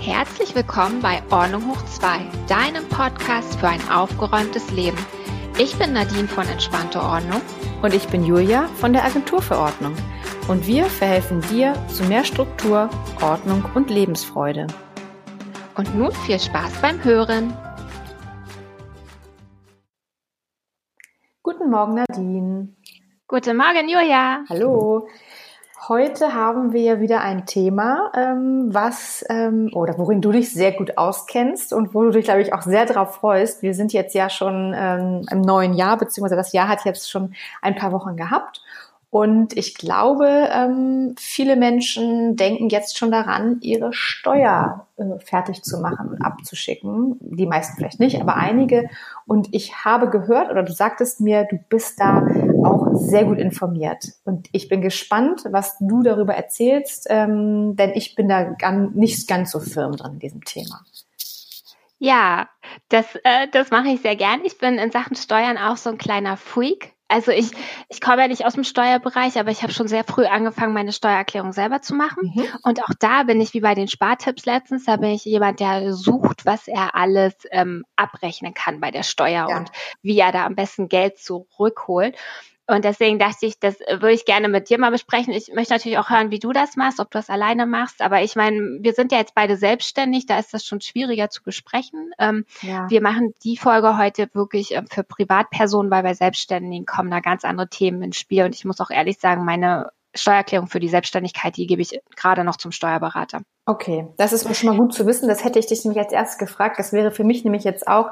Herzlich willkommen bei Ordnung hoch 2, deinem Podcast für ein aufgeräumtes Leben. Ich bin Nadine von Entspannte Ordnung. Und ich bin Julia von der Agentur für Ordnung. Und wir verhelfen dir zu mehr Struktur, Ordnung und Lebensfreude. Und nun viel Spaß beim Hören. Guten Morgen, Nadine. Guten Morgen, Julia. Hallo. Heute haben wir wieder ein Thema, worin du dich sehr gut auskennst und wo du dich, glaube ich, auch sehr drauf freust. Wir sind jetzt ja schon im neuen Jahr, beziehungsweise das Jahr hat jetzt schon ein paar Wochen gehabt. Und ich glaube, viele Menschen denken jetzt schon daran, ihre Steuer fertig zu machen und abzuschicken. Die meisten vielleicht nicht, aber einige. Und ich habe gehört, oder du sagtest mir, du bist da auch sehr gut informiert. Und ich bin gespannt, was du darüber erzählst, denn ich bin da nicht ganz so firm drin in diesem Thema. Ja, das mache ich sehr gern. Ich bin in Sachen Steuern auch so ein kleiner Freak. Also ich komme ja nicht aus dem Steuerbereich, aber ich habe schon sehr früh angefangen, meine Steuererklärung selber zu machen. Und auch da bin ich wie bei den Spartipps letztens, da bin ich jemand, der sucht, was er alles abrechnen kann bei der Steuer und wie er da am besten Geld zurückholt. Und deswegen dachte ich, das würde ich gerne mit dir mal besprechen. Ich möchte natürlich auch hören, wie du das machst, ob du das alleine machst. Aber ich meine, wir sind ja jetzt beide selbstständig, da ist das schon schwieriger zu besprechen. Wir machen die Folge heute wirklich für Privatpersonen, weil bei Selbstständigen kommen da ganz andere Themen ins Spiel. Und ich muss auch ehrlich sagen, meine Steuererklärung für die Selbstständigkeit, die gebe ich gerade noch zum Steuerberater. Okay, das ist schon mal gut zu wissen. Das hätte ich dich nämlich als erstes gefragt. Das wäre für mich nämlich jetzt auch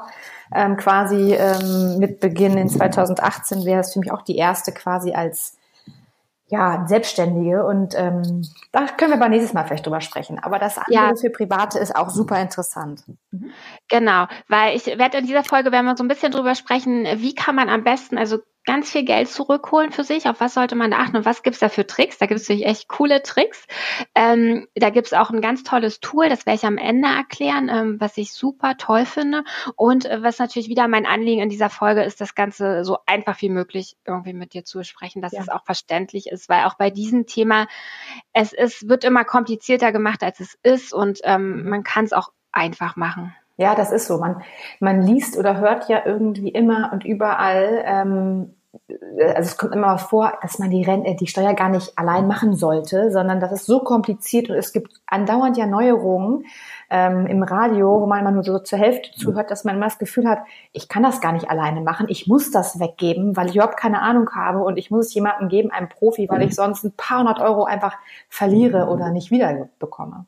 mit Beginn in 2018 wäre es für mich auch die erste quasi als Selbstständige. Und da können wir aber nächstes Mal vielleicht drüber sprechen. Aber das andere für Private ist auch super interessant. Genau, weil ich werde in dieser Folge, werden wir so ein bisschen drüber sprechen, wie kann man am besten, also ganz viel Geld zurückholen für sich, auf was sollte man da achten und was gibt's da für Tricks? Da gibt's natürlich echt coole Tricks. Da gibt's auch ein ganz tolles Tool, das werde ich am Ende erklären, was ich super toll finde. Und was natürlich wieder mein Anliegen in dieser Folge ist, das Ganze so einfach wie möglich irgendwie mit dir zu besprechen, dass es auch verständlich ist, weil auch bei diesem Thema, wird immer komplizierter gemacht, als es ist und man kann es auch einfach machen. Ja, das ist so. Man liest oder hört ja irgendwie immer und überall, also es kommt immer vor, dass man die Steuer gar nicht allein machen sollte, sondern das ist so kompliziert und es gibt andauernd ja Neuerungen im Radio, wo man immer nur so zur Hälfte zuhört, dass man immer das Gefühl hat, ich kann das gar nicht alleine machen, ich muss das weggeben, weil ich überhaupt keine Ahnung habe und ich muss es jemandem geben, einem Profi, weil ich sonst ein paar hundert Euro einfach verliere oder nicht wiederbekomme.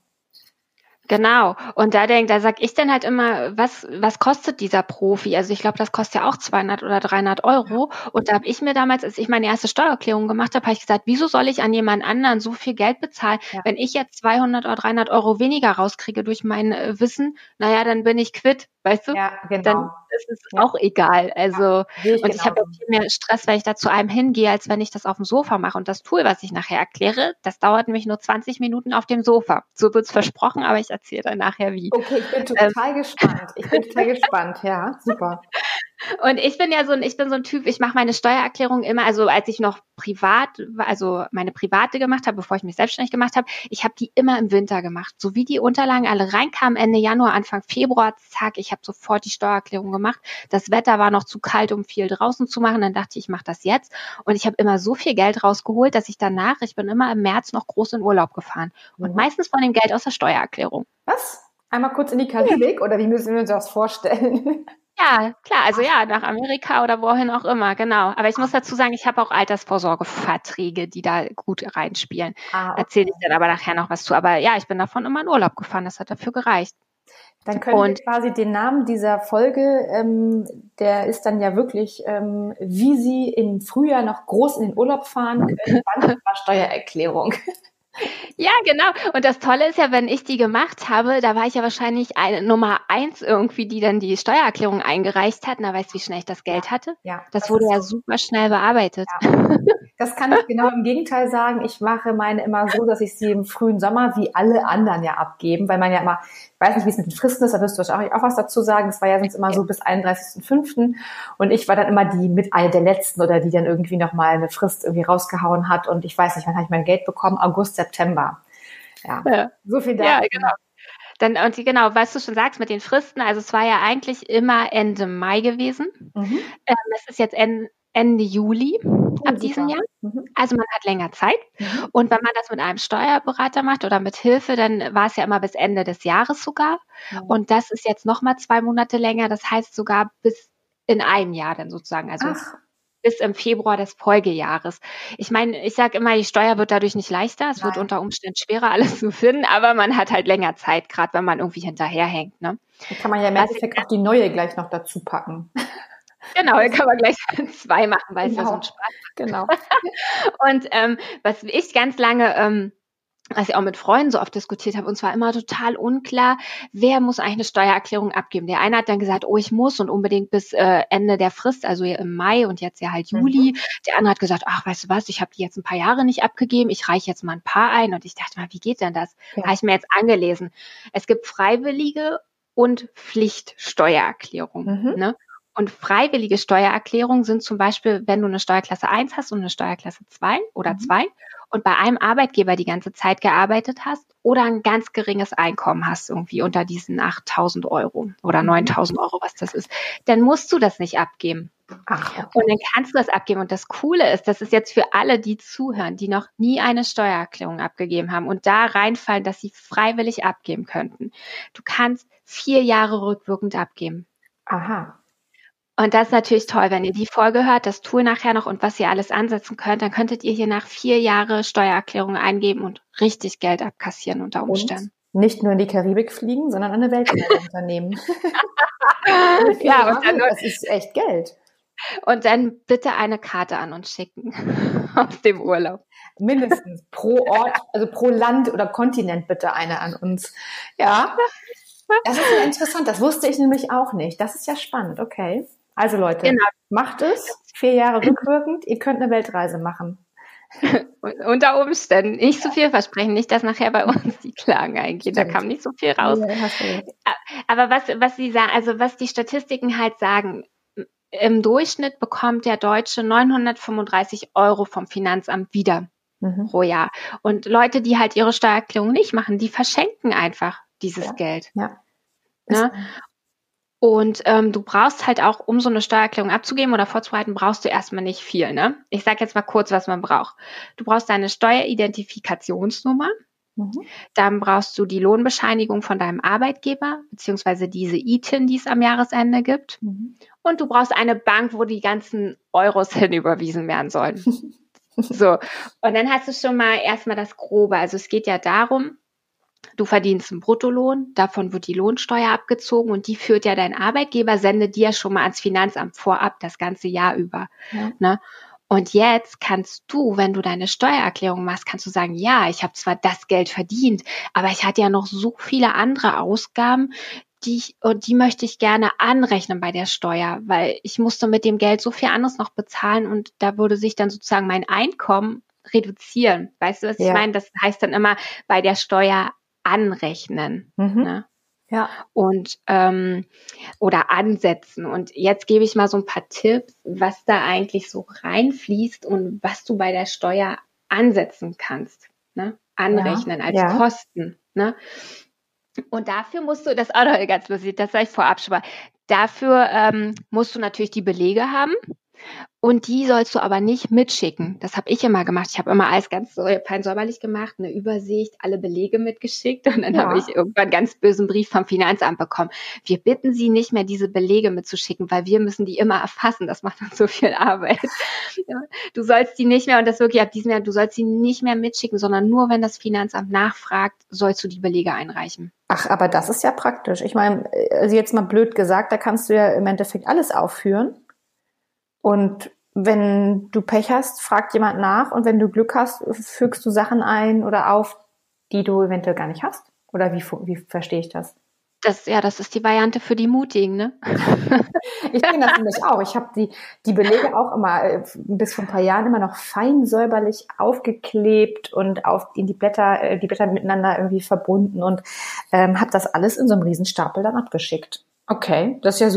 Genau. Und da sag ich dann halt immer, was kostet dieser Profi? Also ich glaube, das kostet ja auch 200 oder 300 Euro. Und da habe ich mir damals, als ich meine erste Steuererklärung gemacht habe, ich gesagt, wieso soll ich an jemand anderen so viel Geld bezahlen? Wenn ich jetzt 200 oder 300 Euro weniger rauskriege durch mein Wissen, dann bin ich quitt, weißt du? Ja, genau. Dann ist es auch egal. Also, und ich habe viel mehr Stress, weil ich da zu einem hingehe, als wenn ich das auf dem Sofa mache. Und das Tool, was ich nachher erkläre, das dauert nämlich nur 20 Minuten auf dem Sofa. So wird's versprochen, aber ich erzähle dann nachher wie. Okay, ich bin total gespannt. Ja, super. Und ich bin so ein Typ, ich mache meine Steuererklärung immer, also als ich noch meine private gemacht habe, bevor ich mich selbstständig gemacht habe, ich habe die immer im Winter gemacht. So wie die Unterlagen alle reinkamen, Ende Januar, Anfang Februar, zack, ich habe sofort die Steuererklärung gemacht. Das Wetter war noch zu kalt, um viel draußen zu machen, dann dachte ich mache das jetzt. Und ich habe immer so viel Geld rausgeholt, dass ich bin immer im März noch groß in Urlaub gefahren. Und meistens von dem Geld aus der Steuererklärung. Was? Einmal kurz in die Karibik oder wie müssen wir uns das vorstellen? Ja, klar, also nach Amerika oder wohin auch immer, genau. Aber ich muss dazu sagen, ich habe auch Altersvorsorgeverträge, die da gut reinspielen. Okay. Erzähle ich dann aber nachher noch was zu. Aber ja, ich bin davon immer in Urlaub gefahren, das hat dafür gereicht. Dann können wir quasi den Namen dieser Folge, der ist dann ja wirklich, wie Sie im Frühjahr noch groß in den Urlaub fahren können, wann war Steuererklärung. Ja, genau. Und das Tolle ist ja, wenn ich die gemacht habe, da war ich ja wahrscheinlich Nummer 1 irgendwie, die dann die Steuererklärung eingereicht hat. Na, weißt du, wie schnell ich das Geld hatte? Ja. Das wurde ja super schnell bearbeitet. Ja. Das kann ich genau im Gegenteil sagen. Ich mache meine immer so, dass ich sie im frühen Sommer wie alle anderen ja abgeben, weil man ja immer, ich weiß nicht, wie es mit den Fristen ist, da wirst du wahrscheinlich auch was dazu sagen. Es war ja sonst immer so bis 31.05. Und ich war dann immer mit einer der Letzten oder die dann irgendwie nochmal eine Frist irgendwie rausgehauen hat. Und ich weiß nicht, wann habe ich mein Geld bekommen? August, September. Ja. So viel da. Ja, genau. und genau, was du schon sagst mit den Fristen, also es war ja eigentlich immer Ende Mai gewesen. Es ist jetzt Ende Juli ab diesem Jahr. Also man hat länger Zeit. Und wenn man das mit einem Steuerberater macht oder mit Hilfe, dann war es ja immer bis Ende des Jahres sogar. Und das ist jetzt nochmal 2 Monate länger. Das heißt sogar bis in einem Jahr dann sozusagen. Also bis im Februar des Folgejahres. Ich meine, ich sage immer, die Steuer wird dadurch nicht leichter. Es wird unter Umständen schwerer, alles zu finden, aber man hat halt länger Zeit, gerade wenn man irgendwie hinterherhängt. Ne? Da kann man ja im Endeffekt auch die neue gleich noch dazu packen. Genau, da kann man gleich 2 machen, weil es ja so ein Spaß macht. Genau. Und was ich ganz lange, was ich auch mit Freunden so oft diskutiert habe, und zwar immer total unklar, wer muss eigentlich eine Steuererklärung abgeben. Der eine hat dann gesagt, oh, ich muss und unbedingt bis Ende der Frist, also im Mai und jetzt ja halt Juli. Der andere hat gesagt, ach, weißt du was, ich habe die jetzt ein paar Jahre nicht abgegeben, ich reiche jetzt mal ein paar ein. Und ich dachte mal, wie geht denn das? Habe ich mir jetzt angelesen. Es gibt freiwillige und Pflichtsteuererklärungen. Ne? Und freiwillige Steuererklärungen sind zum Beispiel, wenn du eine Steuerklasse 1 hast und eine Steuerklasse 2 oder 2 und bei einem Arbeitgeber die ganze Zeit gearbeitet hast oder ein ganz geringes Einkommen hast, irgendwie unter diesen 8.000 Euro oder 9.000 Euro, was das ist, dann musst du das nicht abgeben. Und dann kannst du das abgeben. Und das Coole ist, das ist jetzt für alle, die zuhören, die noch nie eine Steuererklärung abgegeben haben und da reinfallen, dass sie freiwillig abgeben könnten. Du kannst 4 Jahre rückwirkend abgeben. Aha. Und das ist natürlich toll, wenn ihr die Folge hört, das Tool nachher noch und was ihr alles ansetzen könnt, dann könntet ihr hier nach 4 Jahre Steuererklärung eingeben und richtig Geld abkassieren unter Umständen. Und nicht nur in die Karibik fliegen, sondern an eine Weltreise unternehmen. Ja, und dann, das ist echt Geld. Und dann bitte eine Karte an uns schicken aus dem Urlaub. Mindestens pro Ort, also pro Land oder Kontinent bitte eine an uns. Ja, das ist ja interessant. Das wusste ich nämlich auch nicht. Das ist ja spannend. Okay. Also Leute, macht es. 4 Jahre rückwirkend. Ihr könnt eine Weltreise machen. Unter Umständen. Nicht so viel versprechen. Nicht, dass nachher bei uns die Klagen eingehen. Da kam nicht so viel raus. Ja, aber was Sie sagen, also was die Statistiken halt sagen, im Durchschnitt bekommt der Deutsche 935 Euro vom Finanzamt wieder pro Jahr. Und Leute, die halt ihre Steuererklärung nicht machen, die verschenken einfach dieses Geld. Ja. Ne? Und du brauchst halt auch, um so eine Steuererklärung abzugeben oder vorzubereiten, brauchst du erstmal nicht viel. Ne? Ich sage jetzt mal kurz, was man braucht. Du brauchst deine Steueridentifikationsnummer. Dann brauchst du die Lohnbescheinigung von deinem Arbeitgeber, beziehungsweise diese ITIN, die es am Jahresende gibt. Und du brauchst eine Bank, wo die ganzen Euros hinüberwiesen werden sollen. So, und dann hast du schon mal erstmal das Grobe. Also es geht ja darum, du verdienst einen Bruttolohn, davon wird die Lohnsteuer abgezogen und die führt ja dein Arbeitgeber, sendet dir schon mal ans Finanzamt vorab das ganze Jahr über. Ne? Und jetzt kannst du, wenn du deine Steuererklärung machst, kannst du sagen, ja, ich habe zwar das Geld verdient, aber ich hatte ja noch so viele andere Ausgaben, die möchte ich gerne anrechnen bei der Steuer, weil ich musste mit dem Geld so viel anderes noch bezahlen und da würde sich dann sozusagen mein Einkommen reduzieren. Weißt du, was ich meine? Das heißt dann immer bei der Steuer anrechnen. Ne? Ja. Und oder ansetzen. Und jetzt gebe ich mal so ein paar Tipps, was da eigentlich so reinfließt und was du bei der Steuer ansetzen kannst. Ne? Anrechnen als Kosten. Ne? Und dafür musst du, das ist auch noch ganz lustig, das sage ich vorab schon mal, dafür musst du natürlich die Belege haben. Und die sollst du aber nicht mitschicken. Das habe ich immer gemacht. Ich habe immer alles ganz fein säuberlich gemacht, eine Übersicht, alle Belege mitgeschickt und dann habe ich irgendwann einen ganz bösen Brief vom Finanzamt bekommen. Wir bitten Sie nicht mehr, diese Belege mitzuschicken, weil wir müssen die immer erfassen. Das macht uns so viel Arbeit. Du sollst die nicht mehr, und das wirklich ab diesem Jahr, du sollst die nicht mehr mitschicken, sondern nur, wenn das Finanzamt nachfragt, sollst du die Belege einreichen. Ach, aber das ist ja praktisch. Ich meine, also jetzt mal blöd gesagt, da kannst du ja im Endeffekt alles aufführen. Und wenn du Pech hast, fragt jemand nach. Und wenn du Glück hast, fügst du Sachen ein oder auf, die du eventuell gar nicht hast. Oder wie verstehe ich das? Das ist die Variante für die Mutigen, ne? Ich kenne das nämlich auch. Ich habe die Belege auch immer bis vor ein paar Jahren immer noch fein säuberlich aufgeklebt und die Blätter miteinander irgendwie verbunden und habe das alles in so einem Riesenstapel dann abgeschickt. Okay, das ist ja super.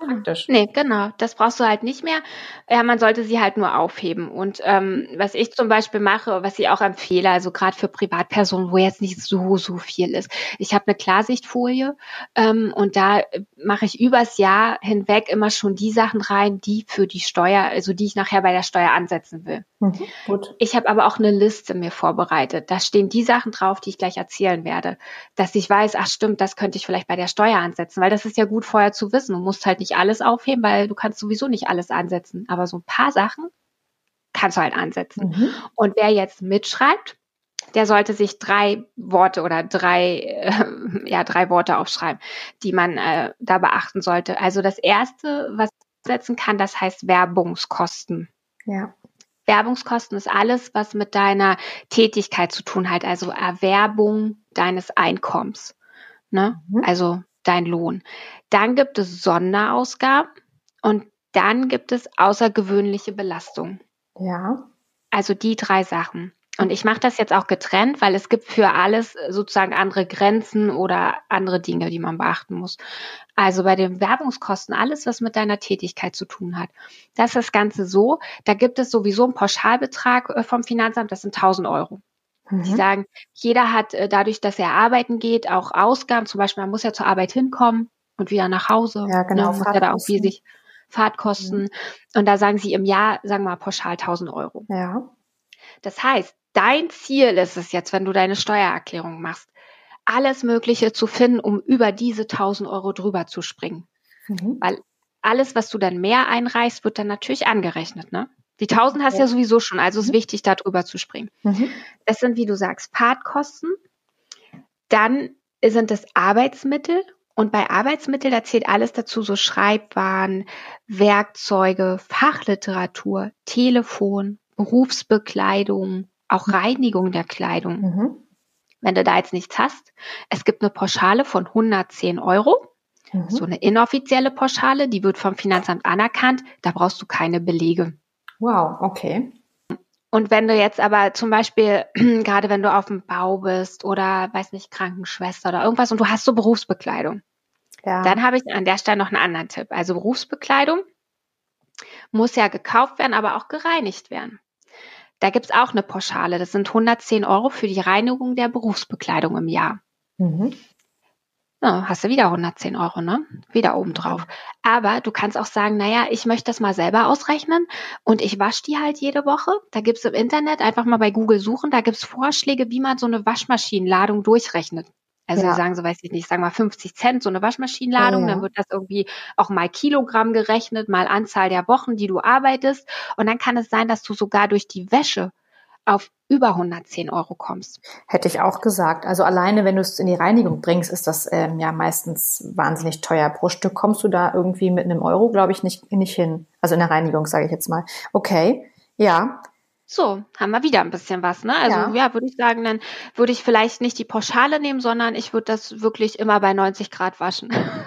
praktisch. Nee, genau. Das brauchst du halt nicht mehr. Ja, man sollte sie halt nur aufheben. Und was ich zum Beispiel mache, was ich auch empfehle, also gerade für Privatpersonen, wo jetzt nicht so viel ist. Ich habe eine Klarsichtfolie und da mache ich übers Jahr hinweg immer schon die Sachen rein, die für die Steuer, also die ich nachher bei der Steuer ansetzen will. Gut. Ich habe aber auch eine Liste mir vorbereitet. Da stehen die Sachen drauf, die ich gleich erzählen werde. Dass ich weiß, ach stimmt, das könnte ich vielleicht bei der Steuer ansetzen, weil das ist ja gut vorher zu wissen. Du musst halt nicht alles aufheben, weil du kannst sowieso nicht alles ansetzen. Aber so ein paar Sachen kannst du halt ansetzen. Und wer jetzt mitschreibt, der sollte sich 3 Worte oder drei Worte aufschreiben, die man da beachten sollte. Also das erste, was man setzen kann, das heißt Werbungskosten. Ja. Werbungskosten ist alles, was mit deiner Tätigkeit zu tun hat, also Erwerbung deines Einkommens, ne? Also dein Lohn. Dann gibt es Sonderausgaben und dann gibt es außergewöhnliche Belastung. Ja. Also die 3 Sachen. Und ich mache das jetzt auch getrennt, weil es gibt für alles sozusagen andere Grenzen oder andere Dinge, die man beachten muss. Also bei den Werbungskosten, alles, was mit deiner Tätigkeit zu tun hat. Das ist das Ganze so, da gibt es sowieso einen Pauschalbetrag vom Finanzamt, das sind 1.000 Euro. Die sagen, jeder hat dadurch, dass er arbeiten geht, auch Ausgaben. Zum Beispiel, man muss ja zur Arbeit hinkommen und wieder nach Hause. Ja, genau. Ne? Muss ja da auch riesig Fahrtkosten. Und da sagen sie im Jahr, sagen wir mal, pauschal 1.000 Euro. Ja. Das heißt, dein Ziel ist es jetzt, wenn du deine Steuererklärung machst, alles Mögliche zu finden, um über diese 1.000 Euro drüber zu springen. Weil alles, was du dann mehr einreichst, wird dann natürlich angerechnet, ne? Die 1.000 hast du ja sowieso schon, also ist wichtig, da drüber zu springen. Das sind, wie du sagst, Fahrtkosten. Dann sind es Arbeitsmittel. Und bei Arbeitsmittel, da zählt alles dazu, so Schreibwaren, Werkzeuge, Fachliteratur, Telefon, Berufsbekleidung, auch Reinigung der Kleidung. Wenn du da jetzt nichts hast, es gibt eine Pauschale von 110 Euro. So eine inoffizielle Pauschale, die wird vom Finanzamt anerkannt. Da brauchst du keine Belege. Wow, okay. Und wenn du jetzt aber zum Beispiel, gerade wenn du auf dem Bau bist oder, weiß nicht, Krankenschwester oder irgendwas und du hast so Berufsbekleidung, dann habe ich an der Stelle noch einen anderen Tipp. Also Berufsbekleidung muss ja gekauft werden, aber auch gereinigt werden. Da gibt's auch eine Pauschale. Das sind 110 Euro für die Reinigung der Berufsbekleidung im Jahr. Ja, hast du wieder 110 Euro, ne? Wieder obendrauf. Aber du kannst auch sagen, naja, ich möchte das mal selber ausrechnen und ich wasche die halt jede Woche. Da gibt's im Internet, einfach mal bei Google suchen, da gibt's Vorschläge, wie man so eine Waschmaschinenladung durchrechnet. Also wir sagen so, weiß ich nicht, sagen wir 50 Cent, so eine Waschmaschinenladung, dann wird das irgendwie auch mal Kilogramm gerechnet, mal Anzahl der Wochen, die du arbeitest. Und dann kann es sein, dass du sogar durch die Wäsche auf über 110 Euro kommst. Hätte ich auch gesagt. Also alleine, wenn du es in die Reinigung bringst, ist das ja meistens wahnsinnig teuer. Pro Stück kommst du da irgendwie mit einem Euro, glaube ich, nicht hin. Also in der Reinigung, sage ich jetzt mal. Okay, ja. So, haben wir wieder ein bisschen was, ne? Also ja, würde ich sagen, dann würde ich vielleicht nicht die Pauschale nehmen, sondern ich würde das wirklich immer bei 90 Grad waschen.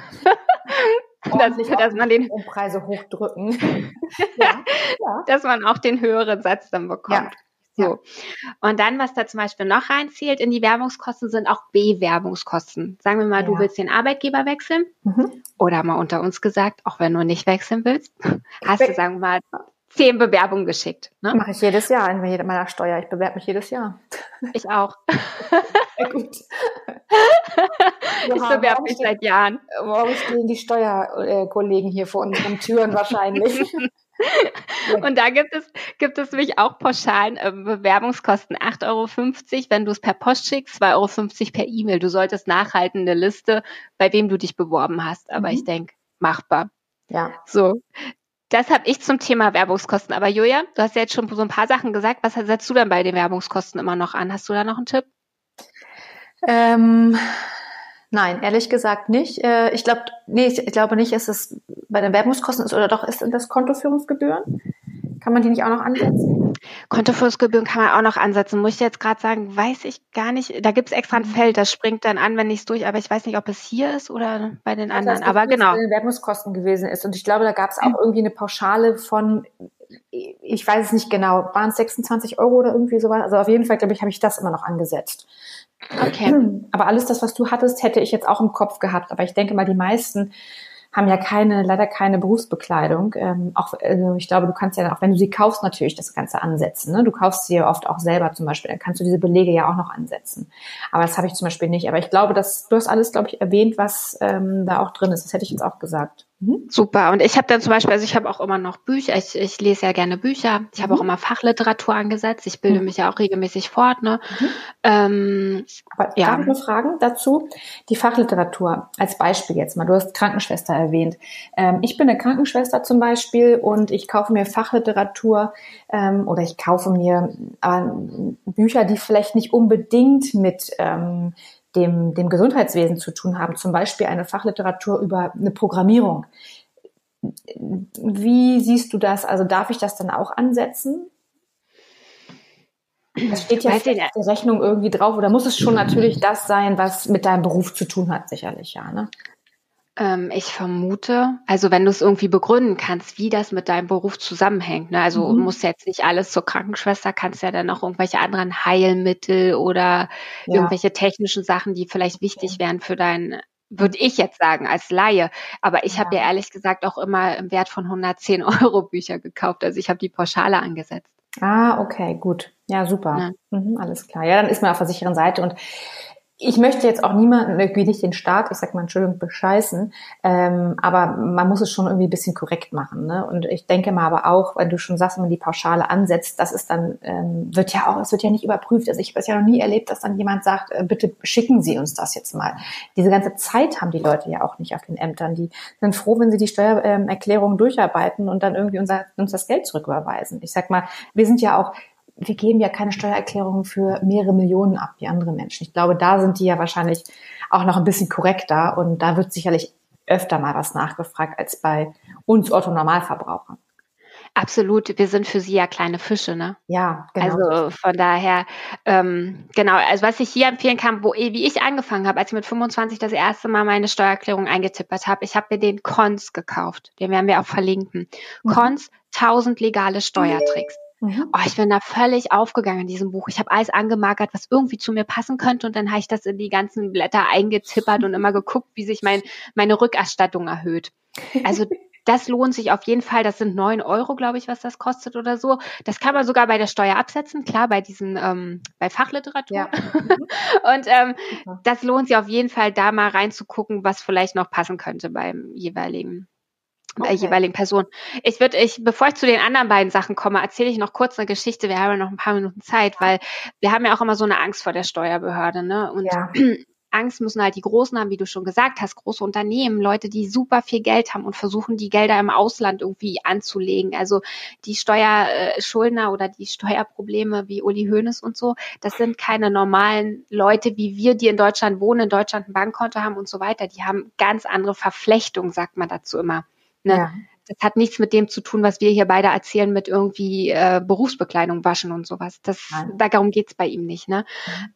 dass man den Preise hochdrücken. Dass man auch den höheren Satz dann bekommt. So. Und dann, was da zum Beispiel noch reinzählt in die Werbungskosten, sind auch Bewerbungskosten. Sagen wir mal, du willst den Arbeitgeber wechseln oder mal unter uns gesagt, auch wenn du nicht wechseln willst, hast du, sagen wir mal, 10 Bewerbungen geschickt. Ne? Mache ich jedes Jahr in meiner Steuer. Ich bewerbe mich jedes Jahr. Ich auch. Ja, gut. Ich bewerbe mich seit Jahren. Morgen stehen die Steuerkollegen hier vor unseren Türen wahrscheinlich. Und da gibt es nämlich auch pauschalen Bewerbungskosten 8,50 Euro, wenn du es per Post schickst, 2,50 Euro per E-Mail. Du solltest nachhalten eine Liste, bei wem du dich beworben hast. Aber ich denke, machbar. Ja. So. Das habe ich zum Thema Werbungskosten. Aber Julia, du hast ja jetzt schon so ein paar Sachen gesagt. Was setzt du denn bei den Werbungskosten immer noch an? Hast du da noch einen Tipp? Nein, ehrlich gesagt nicht. Ich glaube nicht, dass es bei den Werbungskosten ist, oder doch, ist das Kontoführungsgebühren? Kann man die nicht auch noch ansetzen? Kontoführungsgebühren kann man auch noch ansetzen. Muss ich jetzt gerade sagen, weiß ich gar nicht. Da gibt es extra ein Feld, das springt dann an, wenn ich es durch, aber ich weiß nicht, ob es hier ist oder bei den anderen. Aber genau. Bei den Werbungskosten gewesen ist. Und ich glaube, da gab es auch irgendwie eine Pauschale von, ich weiß es nicht genau, waren es 26 Euro oder irgendwie sowas? Also auf jeden Fall, glaube ich, habe ich das immer noch angesetzt. Okay. Aber alles das, was du hattest, hätte ich jetzt auch im Kopf gehabt. Aber ich denke mal, die meisten haben ja leider keine Berufsbekleidung. Also ich glaube, du kannst ja auch, wenn du sie kaufst, natürlich das Ganze ansetzen. Ne? Du kaufst sie ja oft auch selber zum Beispiel. Dann kannst du diese Belege ja auch noch ansetzen. Aber das habe ich zum Beispiel nicht. Aber ich glaube, du hast alles, glaube ich, erwähnt, was da auch drin ist. Das hätte ich jetzt auch gesagt. Super. Und ich habe dann zum Beispiel, also ich habe auch immer noch Bücher, ich lese ja gerne Bücher, ich habe auch immer Fachliteratur angesetzt, ich bilde mich ja auch regelmäßig fort, ne? Aber darf ich nur fragen dazu? Die Fachliteratur als Beispiel jetzt mal. Du hast Krankenschwester erwähnt. Ich bin eine Krankenschwester zum Beispiel und ich kaufe mir Fachliteratur oder ich kaufe mir Bücher, die vielleicht nicht unbedingt mit dem Gesundheitswesen zu tun haben, zum Beispiel eine Fachliteratur über eine Programmierung. Wie siehst du das? Also darf ich das dann auch ansetzen? Das steht ja auf der Rechnung irgendwie drauf, oder muss es schon natürlich das sein, was mit deinem Beruf zu tun hat, sicherlich, ja, ne? Ich vermute, also wenn du es irgendwie begründen kannst, wie das mit deinem Beruf zusammenhängt, ne? Also musst ja jetzt nicht alles zur Krankenschwester, kannst ja dann noch irgendwelche anderen Heilmittel oder irgendwelche technischen Sachen, die vielleicht wichtig wären für würde ich jetzt sagen, als Laie. Aber ich habe ja ehrlich gesagt auch immer im Wert von 110 € Bücher gekauft. Also ich habe die Pauschale angesetzt. Ah, okay, gut. Ja, super. Ja. Alles klar. Ja, dann ist man auf der sicheren Seite. Und ich möchte jetzt auch niemanden irgendwie nicht den Staat, ich sag mal Entschuldigung, bescheißen, aber man muss es schon irgendwie ein bisschen korrekt machen, ne? Und ich denke mal aber auch, wenn du schon sagst, wenn man die Pauschale ansetzt, das ist dann, es wird ja nicht überprüft. Also ich habe es ja noch nie erlebt, dass dann jemand sagt, bitte schicken Sie uns das jetzt mal. Diese ganze Zeit haben die Leute ja auch nicht auf den Ämtern. Die sind froh, wenn sie die Steuererklärung durcharbeiten und dann irgendwie uns das Geld zurücküberweisen. Ich sag mal, wir geben ja keine Steuererklärungen für mehrere Millionen ab wie andere Menschen. Ich glaube, da sind die ja wahrscheinlich auch noch ein bisschen korrekter und da wird sicherlich öfter mal was nachgefragt als bei uns Otto-Normalverbrauchern. Absolut, wir sind für sie ja kleine Fische, ne? Ja, genau. Also von daher, genau, also was ich hier empfehlen kann, wie ich angefangen habe, als ich mit 25 das erste Mal meine Steuererklärung eingetippert habe, ich habe mir den Cons gekauft, den werden wir auch verlinken. Cons, 1000 legale Steuertricks. Oh, ich bin da völlig aufgegangen in diesem Buch. Ich habe alles angemarkert, was irgendwie zu mir passen könnte und dann habe ich das in die ganzen Blätter eingetippert und immer geguckt, wie sich meine Rückerstattung erhöht. Also das lohnt sich auf jeden Fall. Das sind 9 €, glaube ich, was das kostet oder so. Das kann man sogar bei der Steuer absetzen, klar, bei bei Fachliteratur. Ja. Und das lohnt sich auf jeden Fall, da mal reinzugucken, was vielleicht noch passen könnte beim jeweiligen Person. Bevor ich zu den anderen beiden Sachen komme, erzähle ich noch kurz eine Geschichte. Wir haben ja noch ein paar Minuten Zeit, weil wir haben ja auch immer so eine Angst vor der Steuerbehörde, ne? Und Angst müssen halt die Großen haben, wie du schon gesagt hast, große Unternehmen, Leute, die super viel Geld haben und versuchen, die Gelder im Ausland irgendwie anzulegen. Also die Steuerschuldner oder die Steuerprobleme wie Uli Hoeneß und so, das sind keine normalen Leute wie wir, die in Deutschland wohnen, in Deutschland ein Bankkonto haben und so weiter. Die haben ganz andere Verflechtungen, sagt man dazu immer. Ne? Ja. Das hat nichts mit dem zu tun, was wir hier beide erzählen, mit irgendwie Berufsbekleidung waschen und sowas. Darum geht's bei ihm nicht. Ne?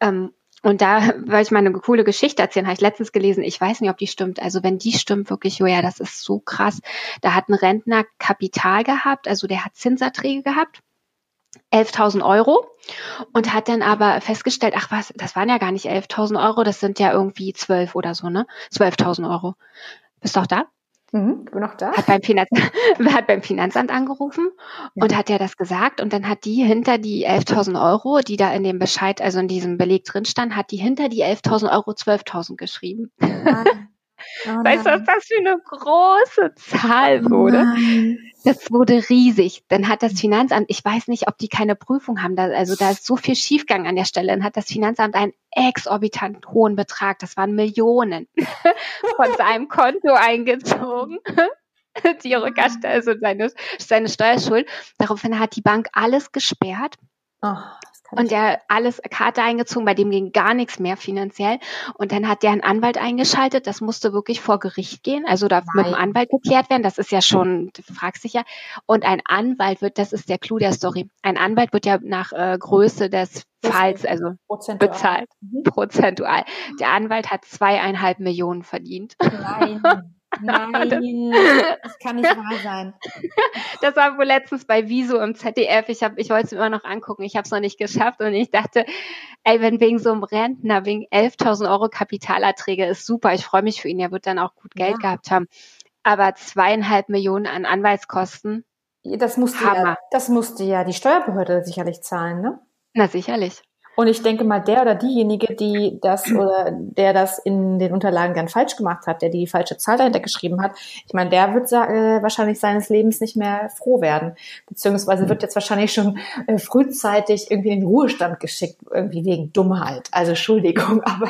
Und da, weil ich mal eine coole Geschichte erzählen, habe ich letztens gelesen, ich weiß nicht, ob die stimmt. Also wenn die stimmt, wirklich, Julia, das ist so krass. Da hat ein Rentner Kapital gehabt, also der hat Zinserträge gehabt, 11.000 € und hat dann aber festgestellt, ach was, das waren ja gar nicht 11.000 €, das sind ja irgendwie 12 oder so, ne? 12.000 €. Bist du auch da? Bin noch da. Hat beim Finanzamt angerufen und hat ja das gesagt und dann hat die hinter die 11.000 €, die da in dem Bescheid, also in diesem Beleg drin stand, hat die hinter die 11.000 € 12.000 geschrieben. Weißt du, was das für eine große Zahl wurde? Das wurde riesig. Dann hat das Finanzamt, ich weiß nicht, ob die keine Prüfung haben, da ist so viel Schiefgang an der Stelle, dann hat das Finanzamt einen exorbitant hohen Betrag, das waren Millionen, von seinem Konto eingezogen. Die Rückerstattung, also seine Steuerschuld. Daraufhin hat die Bank alles gesperrt. Und der alles Karte eingezogen, bei dem ging gar nichts mehr finanziell. Und dann hat der einen Anwalt eingeschaltet, das musste wirklich vor Gericht gehen, also da mit dem Anwalt geklärt werden, das ist ja schon, du fragst dich ja. Und ein Anwalt das ist der Clou der Story, ein Anwalt wird ja nach Größe des Falls, also bezahlt, prozentual. Der Anwalt hat 2,5 Millionen verdient. Nein, das kann nicht wahr sein. Das war wohl letztens bei Wieso im ZDF. Ich wollte es mir immer noch angucken. Ich habe es noch nicht geschafft und ich dachte, wenn wegen so einem Rentner, wegen 11.000 € Kapitalerträge ist super. Ich freue mich für ihn. Er wird dann auch gut Geld gehabt haben. aber 2,5 Millionen an Anwaltskosten, Hammer. Das musste ja die Steuerbehörde sicherlich zahlen, ne? Na, sicherlich. Und ich denke mal, der oder diejenige, der das in den Unterlagen dann falsch gemacht hat, der die falsche Zahl dahinter geschrieben hat, ich meine, der wird wahrscheinlich seines Lebens nicht mehr froh werden. Beziehungsweise wird jetzt wahrscheinlich schon frühzeitig irgendwie in den Ruhestand geschickt, irgendwie wegen Dummheit. Also Entschuldigung, aber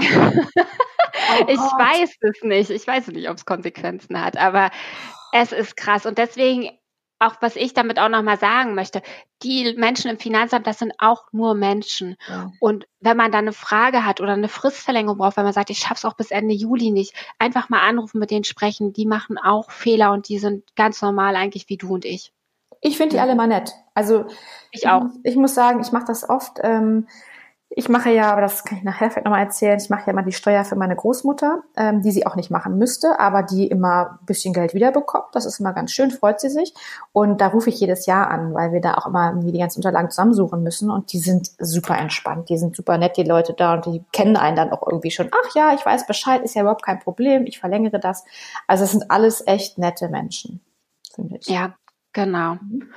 Ich weiß es nicht. Ich weiß nicht, ob es Konsequenzen hat, aber es ist krass. Und deswegen, auch was ich damit auch nochmal sagen möchte, die Menschen im Finanzamt, das sind auch nur Menschen. Ja. Und wenn man da eine Frage hat oder eine Fristverlängerung braucht, wenn man sagt, ich schaff's auch bis Ende Juli nicht, einfach mal anrufen, mit denen sprechen. Die machen auch Fehler und die sind ganz normal eigentlich wie du und ich. Ich finde die alle mal nett. Also Ich auch. Ich muss sagen, ich mache das oft. Ich mache ja, aber das kann ich nachher vielleicht nochmal erzählen, ich mache ja immer die Steuer für meine Großmutter, die sie auch nicht machen müsste, aber die immer ein bisschen Geld wiederbekommt. Das ist immer ganz schön, freut sie sich. Und da rufe ich jedes Jahr an, weil wir da auch immer irgendwie die ganzen Unterlagen zusammensuchen müssen. Und die sind super entspannt, die sind super nett, die Leute da. Und die kennen einen dann auch irgendwie schon. Ach ja, ich weiß Bescheid, ist ja überhaupt kein Problem, ich verlängere das. Also es sind alles echt nette Menschen, finde ich. Ja, genau.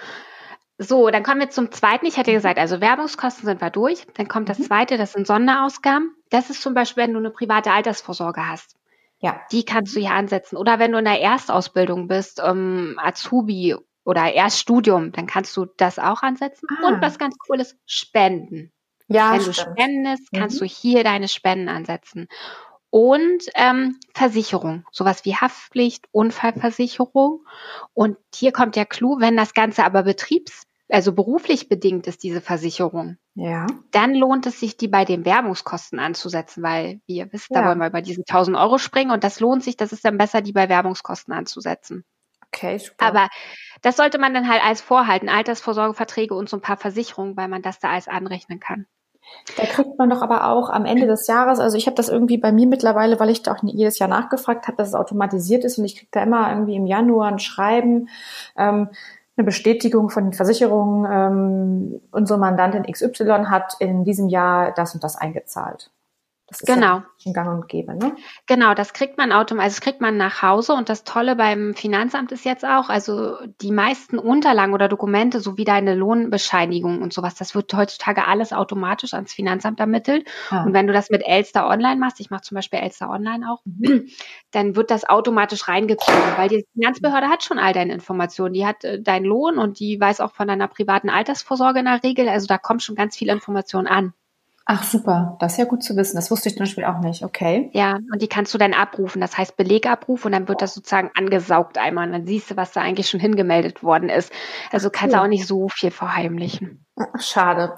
So, dann kommen wir zum zweiten. Ich hatte gesagt, also Werbungskosten sind wir durch. Dann kommt das zweite, das sind Sonderausgaben. Das ist zum Beispiel, wenn du eine private Altersvorsorge hast. Ja. Die kannst du hier ansetzen. Oder wenn du in der Erstausbildung bist, Azubi oder Erststudium, dann kannst du das auch ansetzen. Und was ganz cool ist, Spenden. Ja, wenn du spendest, kannst du hier deine Spenden ansetzen. Und Versicherung, sowas wie Haftpflicht, Unfallversicherung. Und hier kommt der Clou, wenn das Ganze aber also beruflich bedingt ist, diese Versicherung, ja, dann lohnt es sich, die bei den Werbungskosten anzusetzen, weil, wie ihr wisst, da wollen wir über diese 1.000 Euro springen und das lohnt sich, das ist dann besser, die bei Werbungskosten anzusetzen. Okay, super. Aber das sollte man dann halt als vorhalten, Altersvorsorgeverträge und so ein paar Versicherungen, weil man das da alles anrechnen kann. Da kriegt man doch aber auch am Ende des Jahres, also ich habe das irgendwie bei mir mittlerweile, weil ich da auch jedes Jahr nachgefragt habe, dass es automatisiert ist und ich kriege da immer irgendwie im Januar ein Schreiben, eine Bestätigung von den Versicherungen, unsere Mandantin XY hat in diesem Jahr das und das eingezahlt. Das ist ja schon gang und gäbe, ne? Genau, das kriegt man automatisch, das kriegt man nach Hause und das Tolle beim Finanzamt ist jetzt auch, also die meisten Unterlagen oder Dokumente sowie deine Lohnbescheinigung und sowas, das wird heutzutage alles automatisch ans Finanzamt ermittelt. Und wenn du das mit Elster Online machst, ich mache zum Beispiel Elster Online auch, dann wird das automatisch reingezogen, weil die Finanzbehörde hat schon all deine Informationen, die hat deinen Lohn und die weiß auch von deiner privaten Altersvorsorge in der Regel, also da kommt schon ganz viel Information an. Ach super, das ist ja gut zu wissen. Das wusste ich zum Beispiel auch nicht, okay. Ja, und die kannst du dann abrufen, das heißt Belegabruf und dann wird das sozusagen angesaugt einmal und dann siehst du, was da eigentlich schon hingemeldet worden ist. Also kannst du auch nicht so viel verheimlichen. Ach, schade.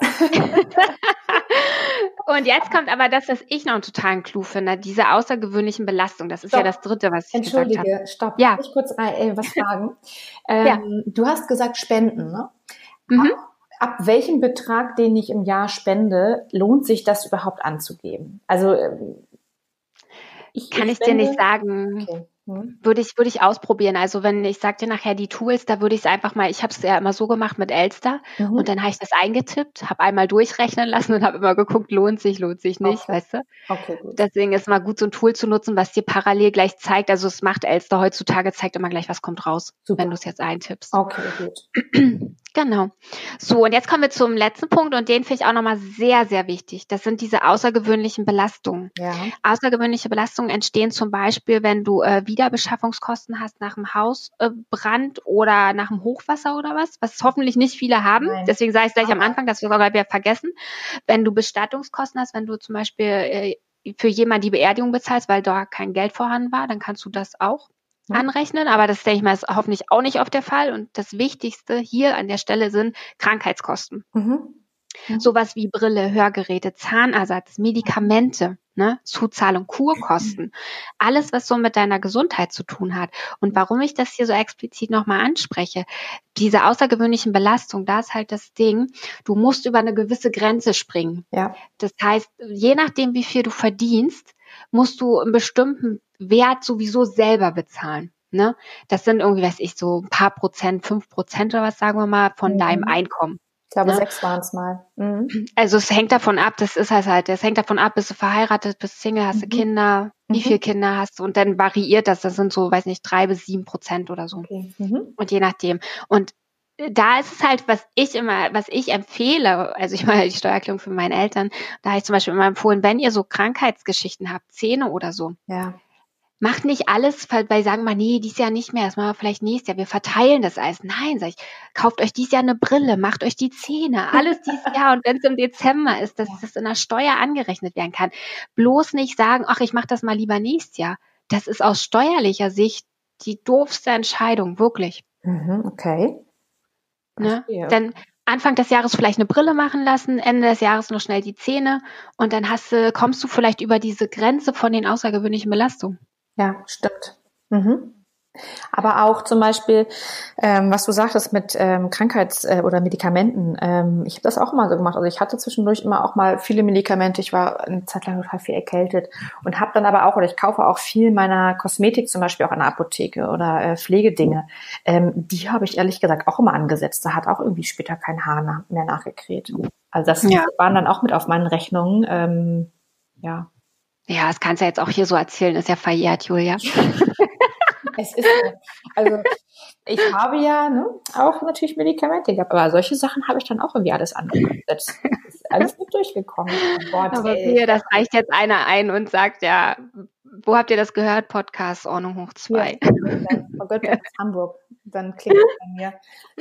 Und jetzt kommt aber das, was ich noch einen totalen Clou finde, diese außergewöhnlichen Belastungen. Das ist ja das Dritte, was ich gesagt habe. Entschuldige, stopp. Ja. Darf ich kurz was fragen? Ja. Du hast gesagt Spenden, ne? Mhm. Ab welchem Betrag, den ich im Jahr spende, lohnt sich das überhaupt anzugeben? Also kann ich dir nicht sagen. Okay. Würde ich ausprobieren. Also wenn ich sag dir nachher die Tools, da würde ich es einfach mal, ich habe es ja immer so gemacht mit Elster und dann habe ich das eingetippt, habe einmal durchrechnen lassen und habe immer geguckt, lohnt sich nicht, weißt du? Okay, gut. Deswegen ist mal gut, so ein Tool zu nutzen, was dir parallel gleich zeigt. Also es macht Elster heutzutage, zeigt immer gleich, was kommt raus, wenn du es jetzt eintippst. Okay, gut. Genau. So, und jetzt kommen wir zum letzten Punkt und den finde ich auch nochmal sehr, sehr wichtig. Das sind diese außergewöhnlichen Belastungen. Ja. Außergewöhnliche Belastungen entstehen zum Beispiel, wenn du Wiederbeschaffungskosten hast nach einem Hausbrand oder nach einem Hochwasser oder was hoffentlich nicht viele haben. Nein. Deswegen sage ich es gleich am Anfang, dass wir sogar wieder vergessen. Wenn du Bestattungskosten hast, wenn du zum Beispiel für jemanden die Beerdigung bezahlst, weil da kein Geld vorhanden war, dann kannst du das auch anrechnen, aber das, denke ich mal, ist hoffentlich auch nicht oft der Fall. Und das Wichtigste hier an der Stelle sind Krankheitskosten. Sowas wie Brille, Hörgeräte, Zahnersatz, Medikamente, ne, Zuzahlung, Kurkosten, alles, was so mit deiner Gesundheit zu tun hat. Und warum ich das hier so explizit nochmal anspreche, diese außergewöhnlichen Belastungen, da ist halt das Ding, du musst über eine gewisse Grenze springen. Ja. Das heißt, je nachdem, wie viel du verdienst, musst du einen bestimmten Wert sowieso selber bezahlen. Ne? Das sind irgendwie, weiß ich, so ein paar Prozent, 5% oder was, sagen wir mal, von deinem Einkommen. glaube, Ne? 6 waren es mal. Mhm. Also es hängt davon ab, es hängt davon ab, bist du verheiratet, bist Single, hast du Mhm. Kinder, wie viele Mhm. Kinder hast du und dann variiert das sind so, weiß nicht, 3-7% oder so. Okay. Mhm. Und je nachdem. Und da ist es halt, was ich empfehle, also ich mache die Steuererklärung für meine Eltern, da habe ich zum Beispiel immer empfohlen, wenn ihr so Krankheitsgeschichten habt, Zähne oder so, Ja. macht nicht alles, weil sagen wir, nee, dieses Jahr nicht mehr, das machen wir vielleicht nächstes Jahr, wir verteilen das alles. Nein, sag ich, kauft euch dieses Jahr eine Brille, macht euch die Zähne, alles dieses Jahr. Und wenn es im Dezember ist, dass das in der Steuer angerechnet werden kann. Bloß nicht sagen, ach, ich mache das mal lieber nächstes Jahr. Das ist aus steuerlicher Sicht die doofste Entscheidung, wirklich. Mhm. Okay. Ne? Verstehe. Dann Anfang des Jahres vielleicht eine Brille machen lassen, Ende des Jahres noch schnell die Zähne und dann kommst du vielleicht über diese Grenze von den außergewöhnlichen Belastungen. Ja, stimmt. Mhm. Aber auch zum Beispiel, was du sagtest mit oder Medikamenten. Ich habe das auch immer so gemacht. Also ich hatte zwischendurch immer auch mal viele Medikamente. Ich war eine Zeit lang total viel erkältet und habe dann aber auch, oder ich kaufe auch viel meiner Kosmetik zum Beispiel auch in der Apotheke oder Pflegedinge. Die habe ich ehrlich gesagt auch immer angesetzt. Da hat auch irgendwie später kein Haar mehr nachgekräht. Also das Ja. waren dann auch mit auf meinen Rechnungen. Ja. Ja, das kannst du ja jetzt auch hier so erzählen, ist ja verjährt, Julia. Es ist so. Also ich habe ja auch natürlich Medikamente gehabt, aber solche Sachen habe ich dann auch irgendwie alles angesetzt. Ist alles mit durchgekommen. Oh Gott, Aber ey. das reicht jetzt einer ein und sagt, ja, wo habt ihr das gehört? Podcast Ordnung hoch 2. Frau Göttberg aus Hamburg. Dann klingt es bei mir.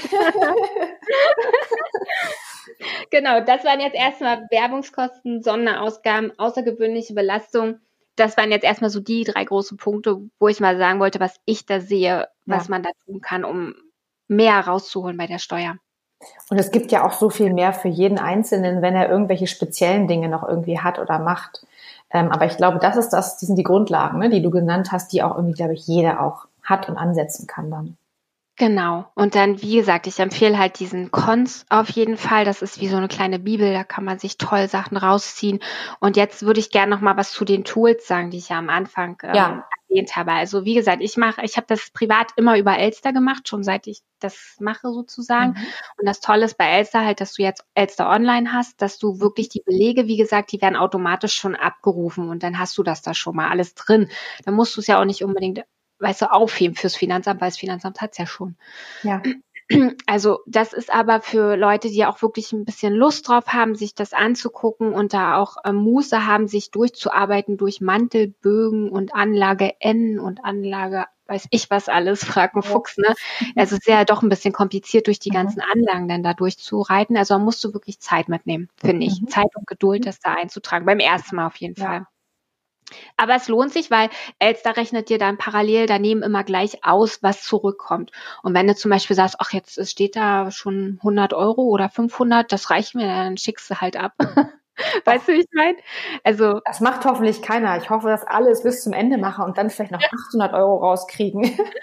Genau, das waren jetzt erstmal Werbungskosten, Sonderausgaben, außergewöhnliche Belastung. Das waren jetzt erstmal so die 3 großen Punkte, wo ich mal sagen wollte, was ich da sehe, was man da tun kann, um mehr rauszuholen bei der Steuer. Und es gibt ja auch so viel mehr für jeden Einzelnen, wenn er irgendwelche speziellen Dinge noch irgendwie hat oder macht. Aber ich glaube, die sind die Grundlagen, ne, die du genannt hast, die auch irgendwie, glaube ich, jeder auch hat und ansetzen kann dann. Genau. Und dann, wie gesagt, ich empfehle halt diesen Cons auf jeden Fall. Das ist wie so eine kleine Bibel, da kann man sich toll Sachen rausziehen. Und jetzt würde ich gerne noch mal was zu den Tools sagen, die ich ja am Anfang erwähnt habe. Also wie gesagt, ich habe das privat immer über Elster gemacht, schon seit ich das mache sozusagen. Und das Tolle ist bei Elster halt, dass du jetzt Elster Online hast, dass du wirklich die Belege, wie gesagt, die werden automatisch schon abgerufen und dann hast du das da schon mal alles drin. Dann musst du es ja auch nicht unbedingt aufheben fürs Finanzamt, weil das Finanzamt hat's ja schon. Ja. Also das ist aber für Leute, die auch wirklich ein bisschen Lust drauf haben, sich das anzugucken und da auch Muße haben, sich durchzuarbeiten durch Mantelbögen und Anlage N und Anlage weiß ich was alles, frag einen Fuchs, ne? Also es ist ja doch ein bisschen kompliziert, durch die ganzen Anlagen dann da durchzureiten. Also da musst du wirklich Zeit mitnehmen, finde ich. Zeit und Geduld, das da einzutragen. Beim ersten Mal auf jeden Fall. Aber es lohnt sich, weil Elster rechnet dir dann parallel daneben immer gleich aus, was zurückkommt. Und wenn du zum Beispiel sagst, ach, jetzt steht da schon 100 Euro oder 500, das reicht mir, dann schickst du halt ab. Weißt du, wie ich meine? Also, das macht hoffentlich keiner. Ich hoffe, dass alle es bis zum Ende machen und dann vielleicht noch 800 Euro rauskriegen.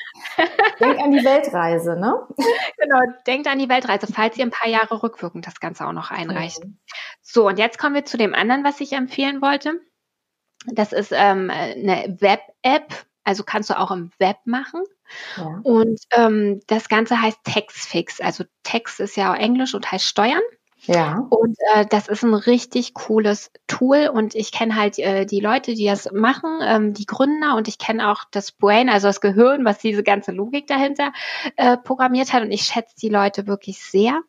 Denk an die Weltreise, ne? Genau, denkt an die Weltreise, falls ihr ein paar Jahre rückwirkend das Ganze auch noch einreicht. So, und jetzt kommen wir zu dem anderen, was ich empfehlen wollte. Das ist eine Web-App, also kannst du auch im Web machen. Ja. Und das Ganze heißt Taxfix. Also Tax ist ja auch Englisch und heißt Steuern. Ja. Und das ist ein richtig cooles Tool und ich kenne halt die Leute, die das machen, die Gründer und ich kenne auch das Brain, also das Gehirn, was diese ganze Logik dahinter programmiert hat und ich schätze die Leute wirklich sehr.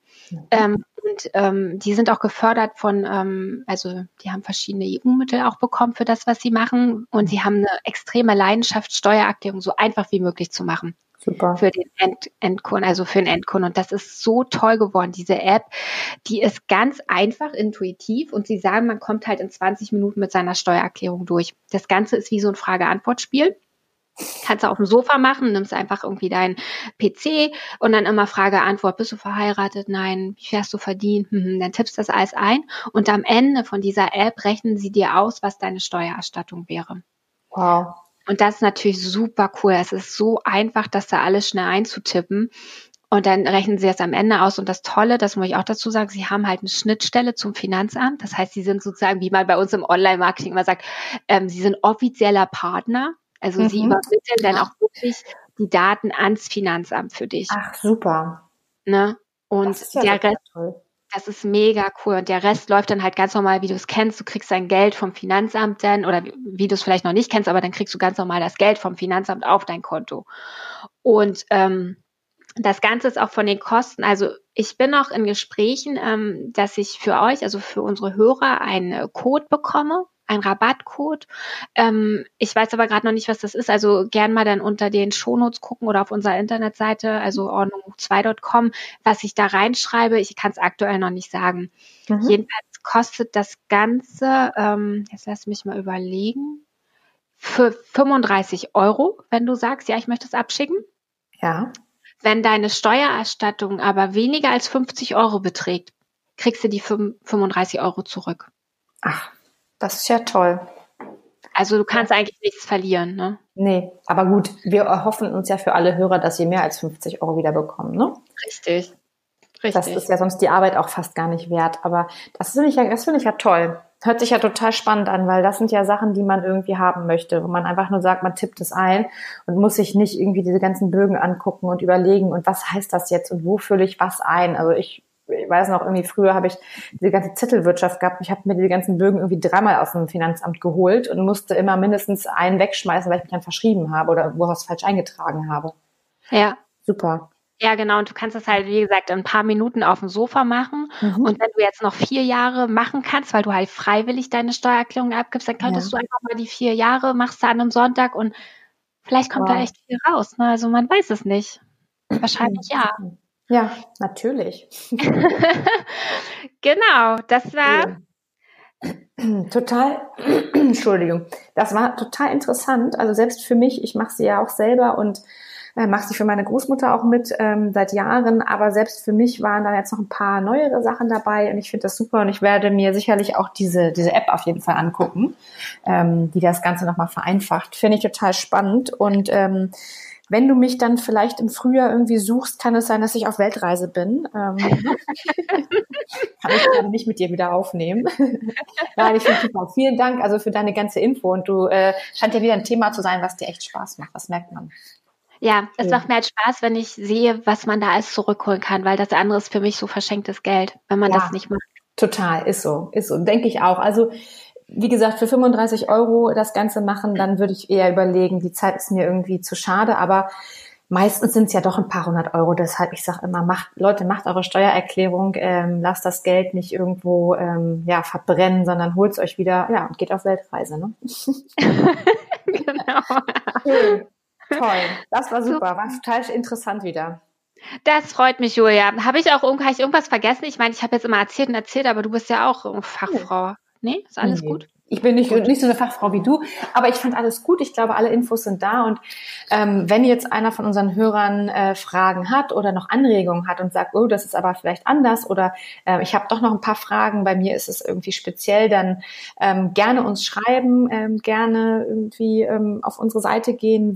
Die sind auch gefördert also die haben verschiedene EU-Mittel auch bekommen für das, was sie machen und sie haben eine extreme Leidenschaft, Steuererklärung so einfach wie möglich zu machen. Super. Für den Endkunden, also für den Endkunden. Und das ist so toll geworden, diese App. Die ist ganz einfach, intuitiv und sie sagen, man kommt halt in 20 Minuten mit seiner Steuererklärung durch. Das Ganze ist wie so ein Frage-Antwort-Spiel. Kannst du auf dem Sofa machen, nimmst einfach irgendwie deinen PC und dann immer Frage-Antwort. Bist du verheiratet? Nein. Wie viel hast du verdient? Dann tippst du das alles ein und am Ende von dieser App rechnen sie dir aus, was deine Steuererstattung wäre. Wow. Und das ist natürlich super cool. Es ist so einfach, das da alles schnell einzutippen. Und dann rechnen sie das am Ende aus. Und das Tolle, das muss ich auch dazu sagen, sie haben halt eine Schnittstelle zum Finanzamt. Das heißt, sie sind sozusagen, wie man bei uns im Online-Marketing immer sagt, sie sind offizieller Partner. Also sie übermitteln dann auch wirklich die Daten ans Finanzamt für dich. Ach, super. Ne? Und Das ist ja der Rest, toll. Das ist mega cool. Und der Rest läuft dann halt ganz normal, wie du es kennst. Du kriegst dein Geld vom Finanzamt dann, oder wie du es vielleicht noch nicht kennst, aber dann kriegst du ganz normal das Geld vom Finanzamt auf dein Konto. Und das Ganze ist auch von den Kosten. Also ich bin noch in Gesprächen, dass ich für euch, also für unsere Hörer, einen Code bekomme, einen Rabattcode. Ich weiß aber gerade noch nicht, was das ist. Also gern mal dann unter den Shownotes gucken oder auf unserer Internetseite, also ordnung2.com, was ich da reinschreibe. Ich kann es aktuell noch nicht sagen. Jedenfalls kostet das Ganze, jetzt lass mich mal überlegen, für 35 €, wenn du sagst, ja, ich möchte es abschicken. Ja. Wenn deine Steuererstattung aber weniger als 50 € beträgt, kriegst du die 35 € zurück. Ach, das ist ja toll. Also du kannst eigentlich nichts verlieren, ne? Nee, aber gut, wir erhoffen uns ja für alle Hörer, dass sie mehr als 50 € wieder bekommen, ne? Richtig. Das ist ja sonst die Arbeit auch fast gar nicht wert. Aber das finde ich ja toll. Hört sich ja total spannend an, weil das sind ja Sachen, die man irgendwie haben möchte, wo man einfach nur sagt, man tippt es ein und muss sich nicht irgendwie diese ganzen Bögen angucken und überlegen, und was heißt das jetzt und wo fülle ich was ein? Also ich weiß noch, irgendwie früher habe ich diese ganze Zettelwirtschaft gehabt. Ich habe mir diese ganzen Bögen irgendwie 3-mal aus dem Finanzamt geholt und musste immer mindestens einen wegschmeißen, weil ich mich dann verschrieben habe oder wo ich was falsch eingetragen habe. Ja. Super. Ja, genau. Und du kannst das halt, wie gesagt, in ein paar Minuten auf dem Sofa machen. Und wenn du jetzt noch 4 Jahre machen kannst, weil du halt freiwillig deine Steuererklärung abgibst, dann könntest du einfach mal die 4 Jahre, machst du an einem Sonntag und vielleicht kommt da echt viel raus. Ne? Also man weiß es nicht. Wahrscheinlich ja. Ja, natürlich. Genau, das war... Total, Entschuldigung, das war total interessant. Also selbst für mich, ich mache sie ja auch selber und mache sie für meine Großmutter auch mit seit Jahren, aber selbst für mich waren da jetzt noch ein paar neuere Sachen dabei und ich finde das super und ich werde mir sicherlich auch diese App auf jeden Fall angucken, die das Ganze nochmal vereinfacht. Finde ich total spannend und wenn du mich dann vielleicht im Frühjahr irgendwie suchst, kann es sein, dass ich auf Weltreise bin. Kann ich gerade nicht mit dir wieder aufnehmen. Nein, ich finde super. Vielen Dank also für deine ganze Info und du scheint ja wieder ein Thema zu sein, was dir echt Spaß macht. Das merkt man. Ja, es macht mir halt Spaß, wenn ich sehe, was man da alles zurückholen kann, weil das andere ist für mich so verschenktes Geld, wenn man das nicht macht. Total, ist so, denke ich auch. Also wie gesagt, für 35 € das Ganze machen, dann würde ich eher überlegen, die Zeit ist mir irgendwie zu schade, aber meistens sind es ja doch ein paar 100 €. Deshalb, ich sage immer, macht eure Steuererklärung, lasst das Geld nicht irgendwo verbrennen, sondern holt es euch wieder und geht auf Weltreise. Ne? Genau. Schön. Toll, das war super, war total interessant wieder. Das freut mich, Julia. Habe ich irgendwas vergessen? Ich meine, ich habe jetzt immer erzählt, aber du bist ja auch Fachfrau. Nee, ist alles gut? Ich bin nicht so eine Fachfrau wie du, aber ich fand alles gut. Ich glaube, alle Infos sind da und wenn jetzt einer von unseren Hörern Fragen hat oder noch Anregungen hat und sagt, oh, das ist aber vielleicht anders oder ich habe doch noch ein paar Fragen, bei mir ist es irgendwie speziell, dann gerne uns schreiben, gerne irgendwie auf unsere Seite gehen,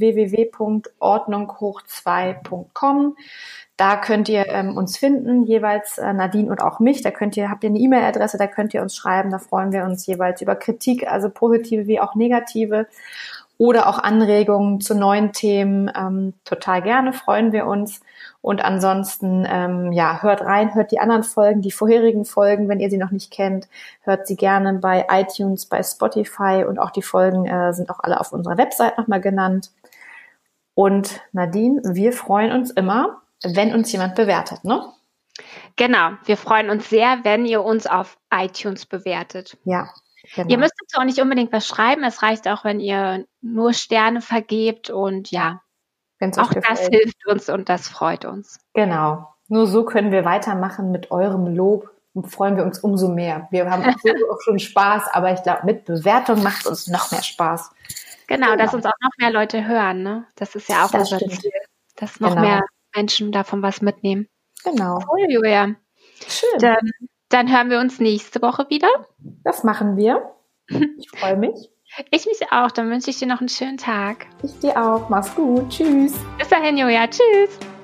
www.ordnunghoch2.com. Da könnt ihr uns finden, jeweils Nadine und auch mich. Habt ihr eine E-Mail-Adresse, da könnt ihr uns schreiben. Da freuen wir uns jeweils über Kritik, also positive wie auch negative oder auch Anregungen zu neuen Themen. Total gerne, freuen wir uns. Und ansonsten, hört rein, hört die anderen Folgen, die vorherigen Folgen, wenn ihr sie noch nicht kennt. Hört sie gerne bei iTunes, bei Spotify und auch die Folgen sind auch alle auf unserer Website nochmal genannt. Und Nadine, wir freuen uns immer, wenn uns jemand bewertet, ne? Genau, wir freuen uns sehr, wenn ihr uns auf iTunes bewertet. Ja, genau. Ihr müsst uns auch nicht unbedingt was schreiben, es reicht auch, wenn ihr nur Sterne vergebt und Wenn's auch euch gefällt. das hilft uns und das freut uns. Genau, nur so können wir weitermachen mit eurem Lob und freuen wir uns umso mehr. Wir haben auch schon Spaß, aber ich glaube, mit Bewertung macht es uns noch mehr Spaß. Genau, dass uns auch noch mehr Leute hören, ne? Das ist ja auch unser Ziel, dass noch mehr Menschen davon was mitnehmen. Genau. Cool, Julia. Schön. Dann hören wir uns nächste Woche wieder. Das machen wir. Ich freue mich. Ich mich auch. Dann wünsche ich dir noch einen schönen Tag. Ich dir auch. Mach's gut. Tschüss. Bis dahin, Julia. Tschüss.